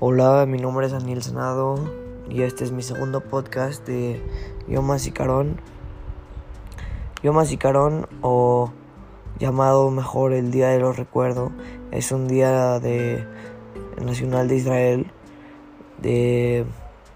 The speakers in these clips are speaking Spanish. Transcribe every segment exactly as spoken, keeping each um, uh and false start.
Hola, mi nombre es Daniel Senado y este es mi segundo podcast de Yom HaZikaron. Yom HaZikaron, o llamado mejor el Día de los Recuerdos, es un día de, nacional de Israel, de,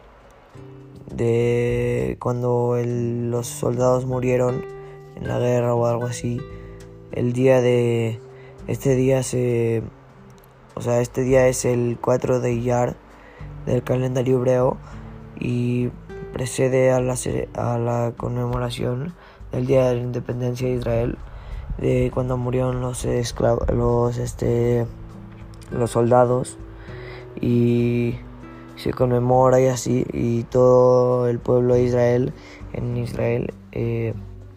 de cuando el, los soldados murieron en la guerra o algo así. El día de este día se O sea, este día es el cuatro de Iyar del calendario hebreo y precede a la, a la conmemoración del Día de la Independencia de Israel, de cuando murieron los esclavos, los este, los soldados, y se conmemora y así, y todo el pueblo de Israel en Israel eh,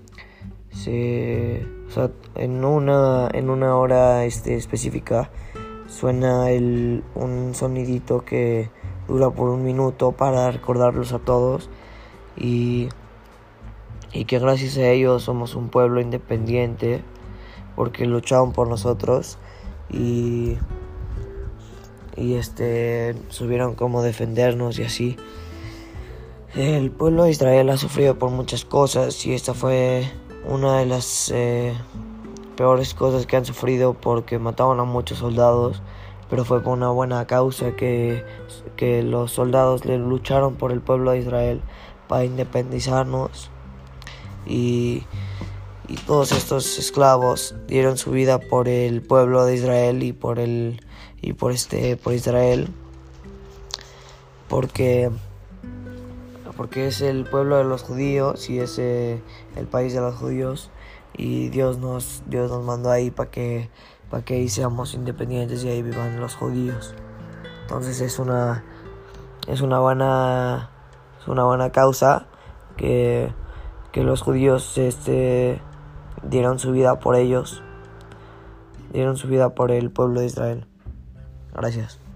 se, o sea, en una en una hora este específica suena el, un sonidito que dura por un minuto para recordarlos a todos y, y que gracias a ellos somos un pueblo independiente porque lucharon por nosotros y, y este supieron cómo defendernos y así. El pueblo de Israel ha sufrido por muchas cosas y esta fue una de las eh, peores cosas que han sufrido, porque mataban a muchos soldados, pero fue por una buena causa que, que los soldados le lucharon por el pueblo de Israel para independizarnos, y, y todos estos esclavos dieron su vida por el pueblo de Israel y por el y por este por Israel porque porque es el pueblo de los judíos y es eh, el país de los judíos, y Dios nos Dios nos mandó ahí para que para que ahí seamos independientes y ahí vivan los judíos. Entonces es una es una buena es una buena causa que que los judíos este dieron su vida por ellos, dieron su vida por el pueblo de Israel. Gracias.